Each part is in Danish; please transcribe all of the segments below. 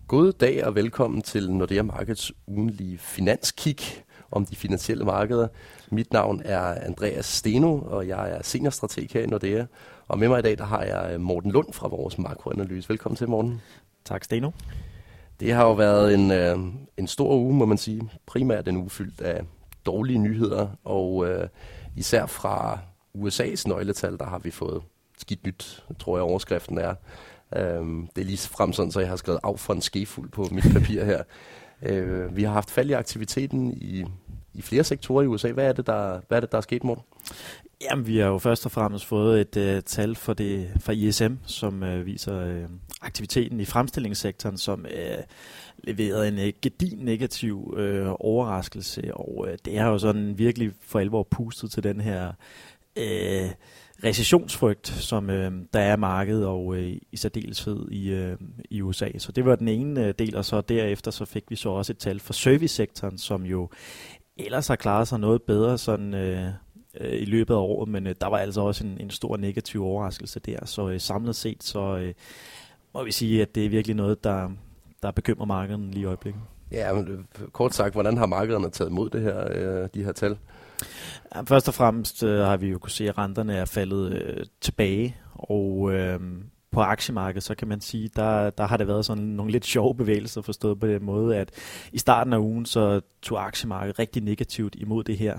God dag og velkommen til Nordea Markets ugenlige finanskig om de finansielle markeder. Mit navn er Andreas Steno, og jeg er seniorstrateg her i Nordea. Og med mig i dag der har jeg Morten Lund fra vores makroanalyse. Velkommen til, Morten. Tak, Steno. Det har jo været en stor uge, må man sige. Primært en uge fyldt af dårlige nyheder, og især fra USA's nøgletal, der har vi fået skidt nyt, tror jeg overskriften er. Det er lige frem sådan, så jeg har skrevet af for en skefuld på mit papir her. Vi har haft fald i aktiviteten i flere sektorer i USA. Hvad er det, der er sket, Morten? Jamen, vi har jo først og fremmest fået et tal fra ISM, som viser aktiviteten i fremstillingssektoren, som leverede en gedigen negativ overraskelse, og det har jo sådan virkelig for alvor pustet til den her recessionsfrygt, som der er markedet, og i særdeleshed i USA. Så det var den ene del, og så derefter så fik vi så også et tal for servicesektoren, som jo ellers har klaret sig noget bedre sådan i løbet af året, men der var altså også en stor negativ overraskelse der. Så samlet set, så må vi sige, at det er virkelig noget, der bekymrer markedet lige i øjeblikket. Ja, men kort sagt, hvordan har markederne taget imod de her tal? Ja, først og fremmest har vi jo kunnet se, at renterne er faldet tilbage, og på aktiemarkedet, så kan man sige, der har det været sådan nogle lidt sjove bevægelser, forstået på den måde, at i starten af ugen, så tog aktiemarkedet rigtig negativt imod det her.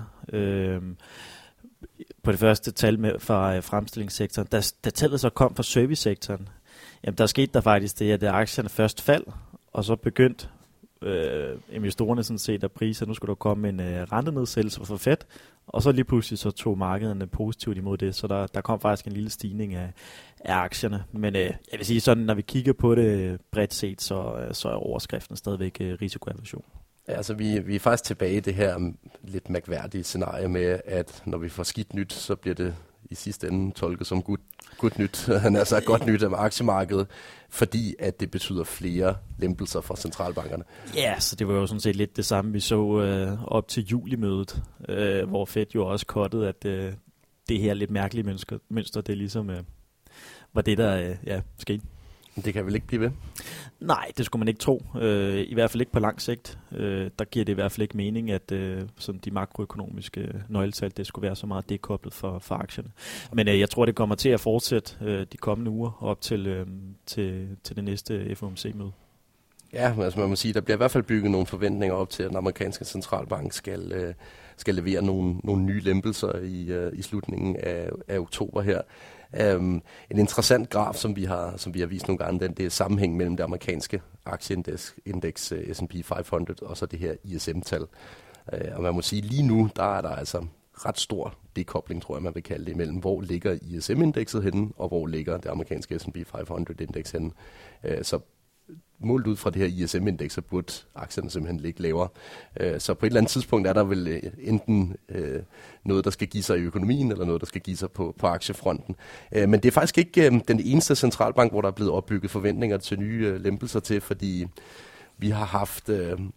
På det første tal fra fremstillingssektoren, da tallet så kom fra servicesektoren, jamen der skete der faktisk det, at aktierne først faldt, og så begyndte investorerne sådan set at priser, nu skulle der komme en rentenedsættelse for Fed, og så lige pludselig så tog markederne positivt imod det, så der kom faktisk en lille stigning af aktierne. Men jeg vil sige sådan, når vi kigger på det bredt set, så er overskriften stadigvæk risikoaversion. Ja, altså vi er faktisk tilbage i det her lidt mærkværdige scenarie med, at når vi får skidt nyt, så bliver det i sidste ende tolket som godt nyt, altså godt nyt af aktiemarkedet, fordi at det betyder flere lempelser fra centralbankerne. Ja, så det var jo sådan set lidt det samme, vi så op til julimødet, hvor Fed jo også cuttede, at det her lidt mærkelige mønster, det ligesom var det, der skete. Det kan vel ikke blive ved? Nej, det skulle man ikke tro. I hvert fald ikke på lang sigt. Der giver det i hvert fald ikke mening, at sådan de makroøkonomiske nøgletal, det skulle være så meget dekoblet for aktierne. Men jeg tror, det kommer til at fortsætte de kommende uger op til det næste FOMC-møde. Ja, altså man må sige, der bliver i hvert fald bygget nogle forventninger op til, at den amerikanske centralbank skal levere nogle nye lempelser i slutningen af oktober her. En interessant graf, som vi har vist nogle gange, det er sammenhæng mellem det amerikanske aktieindeks S&P 500 og så det her ISM-tal. Og man må sige, lige nu, der er der altså ret stor dekobling, tror jeg, man vil kalde det, mellem hvor ligger ISM-indekset henne, og hvor ligger det amerikanske S&P 500-indeks henne. Så målt ud fra det her ISM-indeks, så burde aktierne simpelthen ligge lavere. Så på et eller andet tidspunkt er der vel enten noget, der skal give sig i økonomien, eller noget, der skal give sig på aktiefronten. Men det er faktisk ikke den eneste centralbank, hvor der er blevet opbygget forventninger til nye lempelser til, fordi vi har haft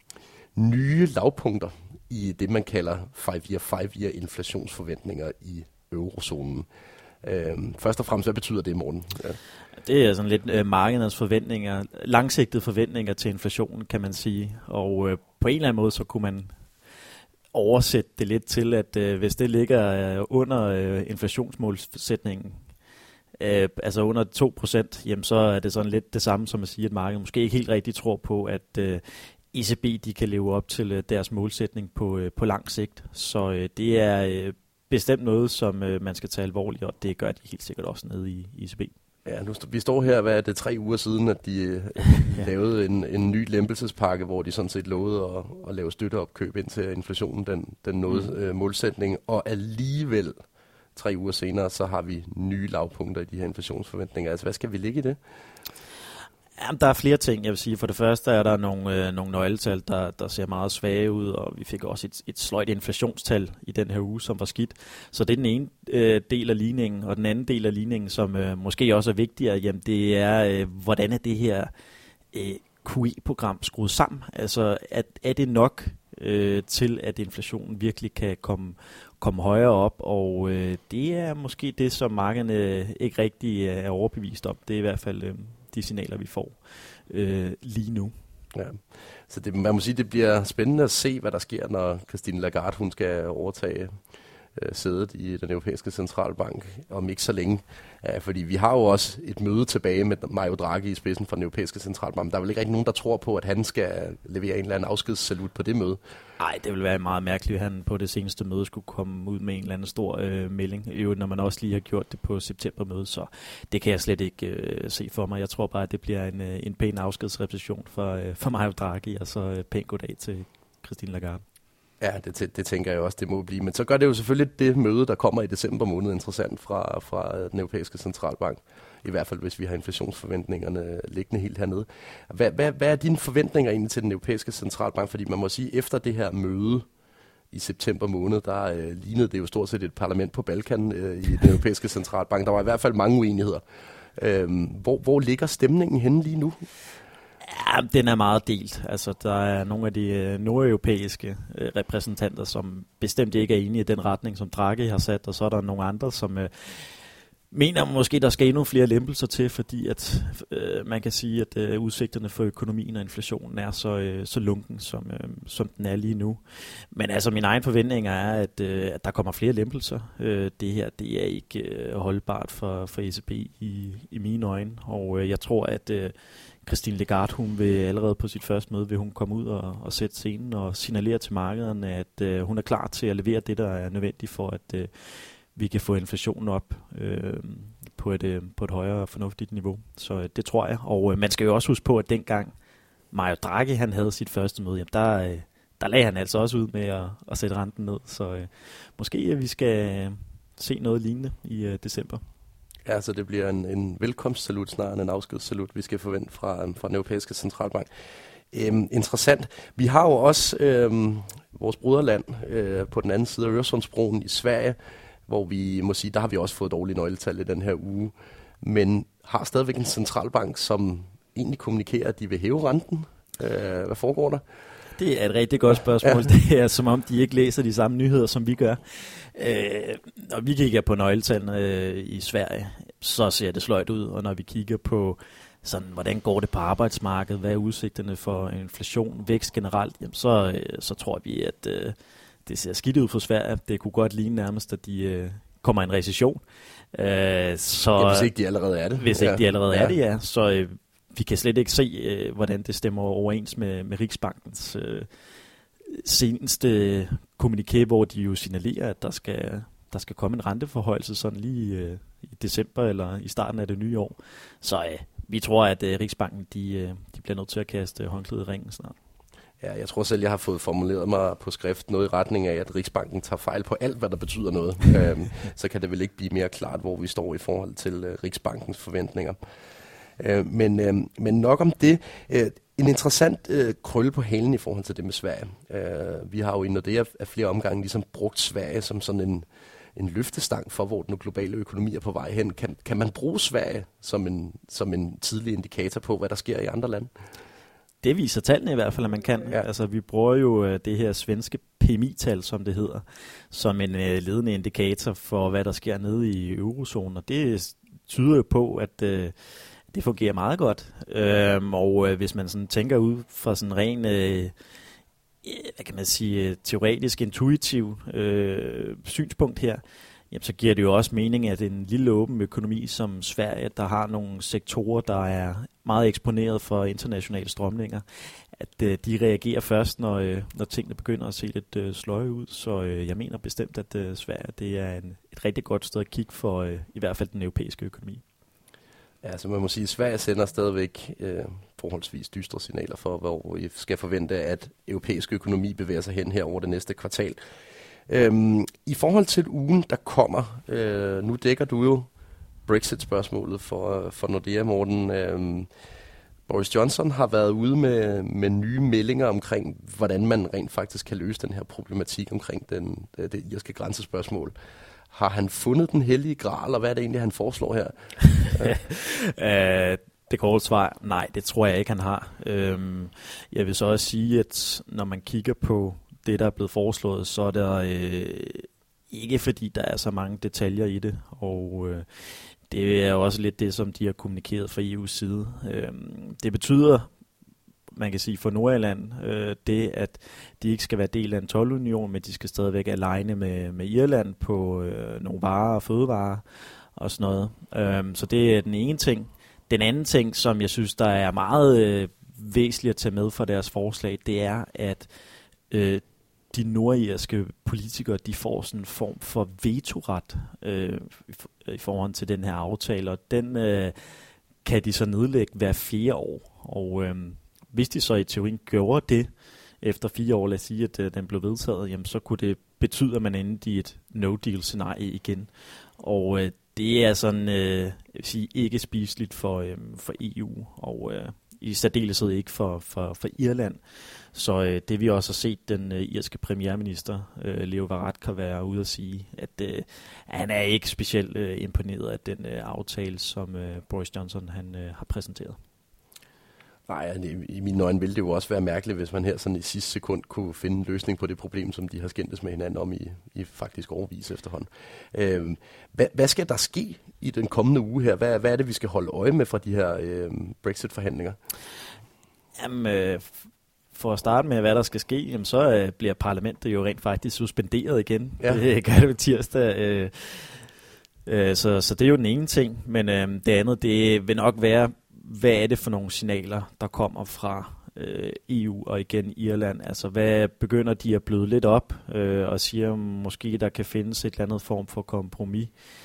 nye lavpunkter i det, man kalder 5-year inflationsforventninger i eurozonen. Først og fremmest, hvad betyder det, Morten? Ja. Det er sådan lidt markedets forventninger, langsigtede forventninger til inflationen, kan man sige. Og på en eller anden måde, så kunne man oversætte det lidt til, at hvis det ligger under inflationsmålsætningen, altså under 2%, jamen så er det sådan lidt det samme som at sige, at markedet måske ikke helt rigtigt tror på, at ECB de kan leve op til deres målsætning på lang sigt. Så det er bestemt noget, som man skal tage alvorligt, og det gør de helt sikkert også nede i ECB. Ja, vi står her, hvad er det, 3 uger siden, at de lavede en ny lempelsespakke, hvor de sådan set lovede at lave støtteopkøb indtil inflationen den nåede målsætning, og alligevel 3 uger senere, så har vi nye lavpunkter i de her inflationsforventninger. Altså, hvad skal vi ligge i det? Jamen, der er flere ting, jeg vil sige. For det første er der nogle nøgletal, der ser meget svage ud, og vi fik også et sløjt inflationstal i den her uge, som var skidt. Så det er den ene del af ligningen, og den anden del af ligningen, som måske også er vigtigere, jamen det er, hvordan er det her QE-program skruet sammen? Altså, er det nok til, at inflationen virkelig kan komme højere op, og det er måske det, som markederne ikke rigtig er overbevist om. Det er i hvert fald de signaler, vi får lige nu. Ja. Så man må sige, det bliver spændende at se, hvad der sker, når Christine Lagarde hun skal overtage sædet i den europæiske centralbank om ikke så længe. Fordi vi har jo også et møde tilbage med Mario Draghi i spidsen for den europæiske centralbank. Der er vel ikke rigtig nogen, der tror på, at han skal levere en eller anden afskedssalut på det møde. Nej, det vil være meget mærkeligt, at han på det seneste møde skulle komme ud med en eller anden stor melding. Jo, når man også lige har gjort det på septembermødet, så det kan jeg slet ikke se for mig. Jeg tror bare, at det bliver en pæn afskedsrepræsentation for Mario Draghi, og så pæn goddag til Christine Lagarde. Ja, det tænker jeg også, det må blive. Men så gør det jo selvfølgelig det møde, der kommer i december måned, interessant fra den europæiske centralbank. I hvert fald, hvis vi har inflationsforventningerne liggende helt hernede. Hvad er dine forventninger egentlig til den europæiske centralbank? Fordi man må sige, efter det her møde i september måned, der lignede det jo stort set et parlament på Balkan i den europæiske centralbank. Der var i hvert fald mange uenigheder. Hvor ligger stemningen henne lige nu? Ja, den er meget delt. Altså, der er nogle af de nordeuropæiske repræsentanter, som bestemt ikke er enige i den retning, som Draghi har sat, og så er der nogle andre, som mener måske, der skal endnu flere lempelser til, fordi at man kan sige, at udsigterne for økonomien og inflationen er så lunken, som den er lige nu. Men altså, min egen forventning er, at der kommer flere lempelser. Det her, det er ikke holdbart for ECB i mine øjne, og jeg tror, at Christine Lagarde, hun vil allerede på sit første møde, vil hun komme ud og sætte scenen og signalere til markederne, at hun er klar til at levere det, der er nødvendigt for, at vi kan få inflationen op på et højere fornuftigt niveau. Så det tror jeg. Og man skal jo også huske på, at dengang Mario Draghi han havde sit første møde, jamen der lagde han altså også ud med at sætte renten ned. Så måske vi skal se noget lignende i december. Ja, så det bliver en velkomstsalut snarere end en afskedssalut, vi skal forvente fra den europæiske centralbank. Interessant. Vi har jo også vores broderland på den anden side af Øresundsbroen i Sverige, hvor vi må sige, der har vi også fået dårlige nøgletal i den her uge, men har stadigvæk en centralbank, som egentlig kommunikerer, at de vil hæve renten. Hvad foregår der? Det er et rigtig godt spørgsmål. Ja. Det er som om, de ikke læser de samme nyheder, som vi gør. Når vi kigger på nøgletallene i Sverige, så ser det sløjt ud, og når vi kigger på sådan, hvordan går det på arbejdsmarkedet, hvad er udsigterne for inflation, vækst generelt, jamen så tror vi, at det ser skidt ud for Sverige. Det kunne godt ligne nærmest, at de kommer i en recession. Hvis ikke de allerede er det. Hvis ikke de allerede er det, ja. Så vi kan slet ikke se, hvordan det stemmer overens med Riksbankens seneste kommuniké, hvor de jo signalerer, at der skal komme en renteforhøjelse sådan lige i december eller i starten af det nye år. Så vi tror, at Riksbanken de bliver nødt til at kaste håndklædet i ringen snart. Ja, jeg tror selv, jeg har fået formuleret mig på skrift noget i retning af, at Riksbanken tager fejl på alt, hvad der betyder noget. Så kan det vel ikke blive mere klart, hvor vi står i forhold til Riksbankens forventninger. Men nok om det. En interessant krølle på halen i forhold til det med Sverige. Vi har jo i Nordea af flere omgange ligesom brugt Sverige som sådan en løftestang for, hvor den globale økonomi er på vej hen. Kan man bruge Sverige som en tidlig indikator på, hvad der sker i andre lande? Det viser tallene i hvert fald, at man kan. Ja. Altså, vi bruger jo det her svenske PMI-tal, som det hedder, som en ledende indikator for, hvad der sker nede i eurozonen. Og det tyder jo på, at det fungerer meget godt. Og hvis man sådan tænker ud fra sådan ren, hvad kan man sige, teoretisk, intuitiv synspunkt her, jamen, så giver det jo også mening, at en lille åben økonomi som Sverige, der har nogle sektorer, der er meget eksponeret for internationale strømninger, at de reagerer først, når tingene begynder at se lidt sløje ud. Så jeg mener bestemt, at Sverige det er et rigtig godt sted at kigge for i hvert fald den europæiske økonomi. Ja, så man må sige, at Sverige sender stadigvæk forholdsvis dystre signaler for, hvor vi skal forvente, at europæisk økonomi bevæger sig hen her over det næste kvartal. I forhold til ugen, der kommer, nu dækker du jo Brexit-spørgsmålet for Nordea, Morten. Boris Johnson har været ude med nye meldinger omkring, hvordan man rent faktisk kan løse den her problematik omkring det irske grænsespørgsmål. Har han fundet den hellige gral, og hvad er det egentlig, han foreslår her? Det korte svar, nej, det tror jeg ikke, han har. Jeg vil så også sige, at når man kigger på det, der er blevet foreslået, så er der ikke fordi, der er så mange detaljer i det, og det er også lidt det, som de har kommunikeret fra EU's side. Det betyder, man kan sige for Nordirland, det at de ikke skal være del af en toldunion, men de skal stadigvæk aligne med Irland på nogle varer og fødevarer og sådan noget. Så det er den ene ting. Den anden ting, som jeg synes, der er meget væsentligt at tage med fra deres forslag, det er, at de nordirske politikere, de får sådan en form for vetoret i forhold til den her aftale, og den kan de så nedlægge hver 4 år. Og hvis de så i teorien gjorde det efter 4 år, lad os sige, at den blev vedtaget, jamen, så kunne det betyde, at man endte i et no-deal-scenarie igen. Og det er sådan, jeg vil sige, ikke spiseligt for EU, og i særdeleshed ikke for Irland. Så det vi også har set den irske premierminister, Leo Varadkar, være ude at sige, at han er ikke specielt imponeret af den aftale, som Boris Johnson han har præsenteret. Nej, i mine øjne ville det jo også være mærkeligt, hvis man her sådan i sidste sekund kunne finde en løsning på det problem, som de har skændtes med hinanden om i faktisk overvis efterhånden. Hvad skal der ske i den kommende uge her? Hvad er det, vi skal holde øje med fra de her Brexit-forhandlinger? Jamen, for at starte med, hvad der skal ske, jamen, så bliver parlamentet jo rent faktisk suspenderet igen. Ja. Det gør det tirsdag. Så det er jo den ene ting. Men det andet, det vil nok være, hvad er det for nogle signaler, der kommer fra EU og igen Irland? Altså, hvad begynder de at bløde lidt op og siger, måske der kan findes et eller andet form for kompromis?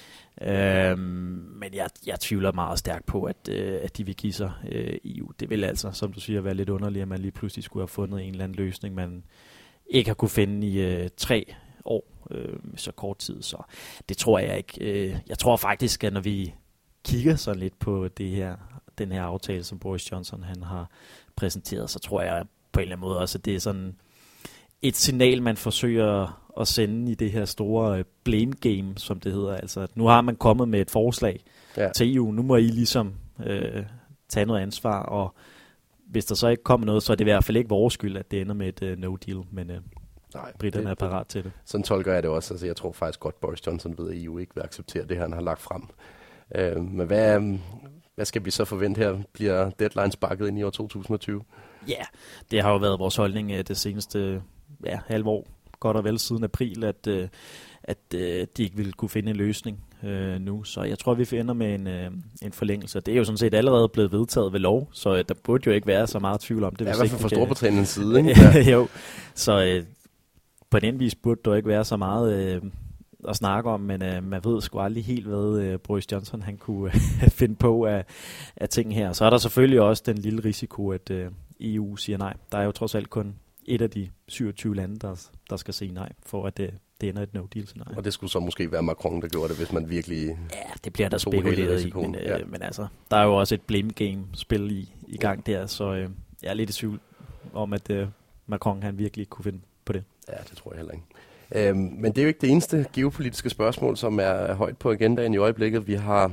Men jeg tvivler meget stærkt på, at de vil give sig EU. Det vil altså, som du siger, være lidt underligt, at man lige pludselig skulle have fundet en eller anden løsning, man ikke har kunne finde i 3 år, så kort tid. Så det tror jeg ikke. Jeg tror faktisk, at når vi kigger så lidt på den her aftale, som Boris Johnson han har præsenteret, så tror jeg på en eller anden måde også, at det er sådan et signal, man forsøger at sende i det her store blame game, som det hedder. Altså, at nu har man kommet med et forslag til EU. Nu må I ligesom tage noget ansvar, og hvis der så ikke kommer noget, så er det i hvert fald ikke vores skyld, at det ender med et no-deal, men briterne er parat til det. Sådan tolker jeg det også. Altså, jeg tror faktisk godt, Boris Johnson ved, at EU ikke vil acceptere det, han har lagt frem. Men hvad skal vi så forvente her? Bliver deadline sparket ind i år 2020? Ja, det har jo været vores holdning det seneste halve år, godt og vel siden april, at de ikke ville kunne finde en løsning nu. Så jeg tror, vi ender med en forlængelse. Det er jo sådan set allerede blevet vedtaget ved lov, så der burde jo ikke være så meget tvivl om det. Ja, i hvert fald fra Storbritanniens side, ikke? Ja. Jo, så på den vis burde der ikke være så meget at snakke om, men man ved sgu aldrig helt, hvad Boris Johnson han kunne finde på af ting her. Så er der selvfølgelig også den lille risiko, at EU siger nej. Der er jo trods alt kun et af de 27 lande, der skal sige nej, for at det ender et no-deal-scenarie. Og det skulle så måske være Macron, der gjorde det, hvis man virkelig... Ja, det bliver der spekuleret i, men altså, der er jo også et blame game-spil i gang der, så jeg er lidt i tvivl om, at Macron han virkelig kunne finde på det. Ja, det tror jeg heller ikke. Men det er jo ikke det eneste geopolitiske spørgsmål, som er højt på agendaen i øjeblikket. Vi har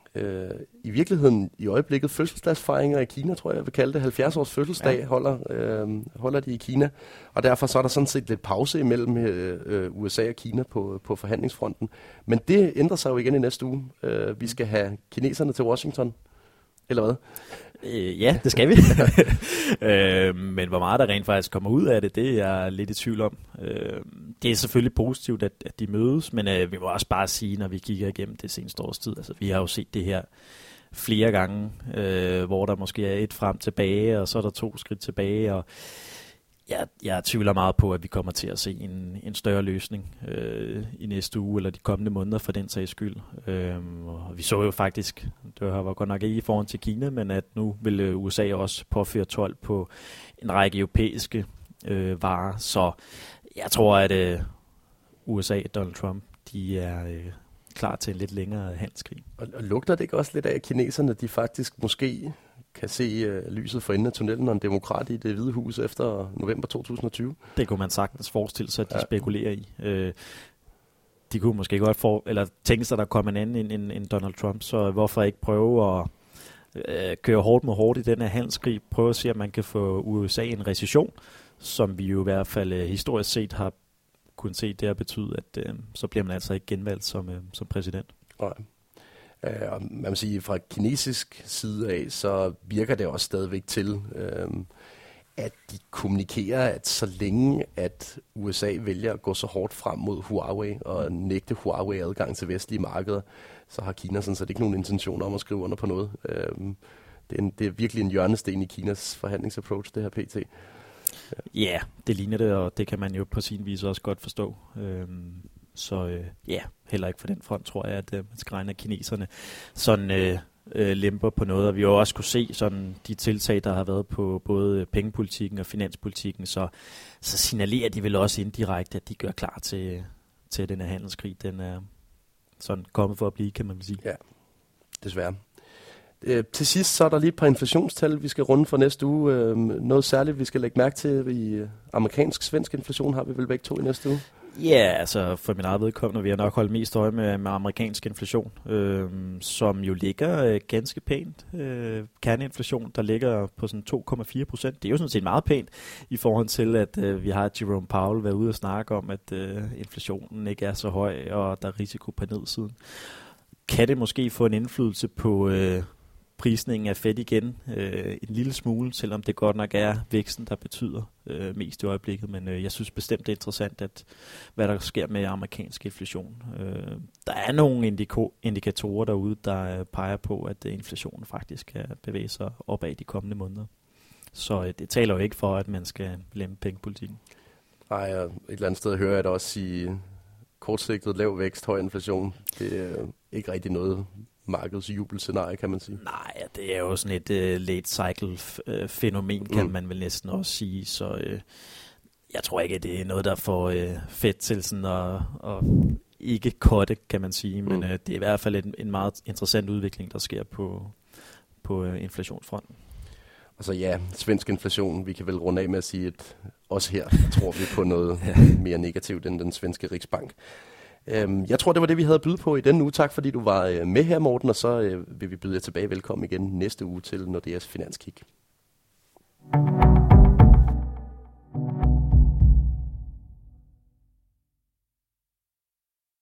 i virkeligheden i øjeblikket fødselsdagsfejringer i Kina, tror jeg vil kalde det. 70 års fødselsdag holder de i Kina. Og derfor så er der sådan set lidt pause imellem USA og Kina på forhandlingsfronten. Men det ændrer sig jo igen i næste uge. Vi skal have kineserne til Washington. Eller hvad? Ja, det skal vi. Men hvor meget der rent faktisk kommer ud af det, det er jeg lidt i tvivl om. Det er selvfølgelig positivt, at de mødes, men vi må også bare sige, når vi kigger igennem det seneste års tid, altså vi har jo set det her flere gange, hvor der måske er et frem tilbage, og så er der 2 skridt tilbage, og jeg tvivler meget på, at vi kommer til at se en større løsning i næste uge, eller de kommende måneder for den sags skyld. Og vi så jo faktisk, det var godt nok ikke i forhold til Kina, men at nu vil USA også påføre told på en række europæiske varer. Så jeg tror, at USA og Donald Trump, de er klar til en lidt længere handelskrig. Og lugter det ikke også lidt af, at kineserne, de faktisk måske kan se lyset for enden af tunnelen og en demokrat i Det Hvide Hus efter november 2020? Det kunne man sagtens forestille sig, at de spekulerer i. De kunne måske godt tænke sig, at der kom en anden end Donald Trump, så hvorfor ikke prøve at køre hårdt mod hårdt i den her handelskrig, prøve at se, om man kan få USA i en recession, som vi jo i hvert fald historisk set har kunnet se, det har betydet, at så bliver man altså ikke genvalgt som præsident. Nej. Og man må sige, fra kinesisk side af, så virker det også stadigvæk til, at de kommunikerer, at så længe at USA vælger at gå så hårdt frem mod Huawei og nægte Huawei adgang til vestlige markeder, så har Kina sådan set ikke nogen intention om at skrive under på noget. Det er virkelig en hjørnesten i Kinas forhandlingsapproach, det her PT. Ja, det ligner det, og det kan man jo på sin vis også godt forstå. Så heller ikke for den front, tror jeg, at man skal regne af kineserne sådan lemper på noget. Og vi har jo også kunne se sådan de tiltag, der har været på både pengepolitikken og finanspolitikken, så signalerer de vel også indirekte, at de gør klar til den her handelskrig. Den er sådan kommet for at blive, kan man sige. Ja, desværre. Til sidst så er der lige et par inflationstal, vi skal runde for næste uge. Noget særligt, vi skal lægge mærke til i amerikansk-svensk inflation, har vi vel begge to i næste uge? Ja, altså for min eget vedkommende vil jeg nok holde mest øje med amerikansk inflation, som jo ligger ganske pænt. Kerneinflation, der ligger på sådan 2,4%. Det er jo sådan set meget pænt i forhold til, at vi har Jerome Powell været ude og snakke om, at inflationen ikke er så høj, og der er risiko på nedsiden. Kan det måske få en indflydelse på prisningen af Fed igen en lille smule, selvom det godt nok er væksten, der betyder mest i øjeblikket. Men jeg synes bestemt, det er interessant, hvad der sker med amerikansk inflation. Der er nogle indikatorer derude, der peger på, at inflationen faktisk kan bevæge sig opad de kommende måneder. Så det taler jo ikke for, at man skal lempe pengepolitikken. Nej, et eller andet sted hører jeg da også sige kortsigtet lav vækst, høj inflation. Det er ikke rigtig noget markedets jubelscenarie, kan man sige. Nej, det er jo sådan et late cycle fænomen, kan man vel næsten også sige. Så jeg tror ikke, at det er noget, der får Fed til sådan at ikke cutte, kan man sige. Men det er i hvert fald en meget interessant udvikling, der sker på inflationsfronten. Og så ja, svensk inflation, vi kan vel runde af med at sige, at også her tror vi på noget mere negativt end den svenske Riksbank. Jeg tror, det var det, vi havde at byde på i denne uge. Tak, fordi du var med her, Morten, og så vil vi byde jer tilbage velkommen igen næste uge til Nordeas Finanskig.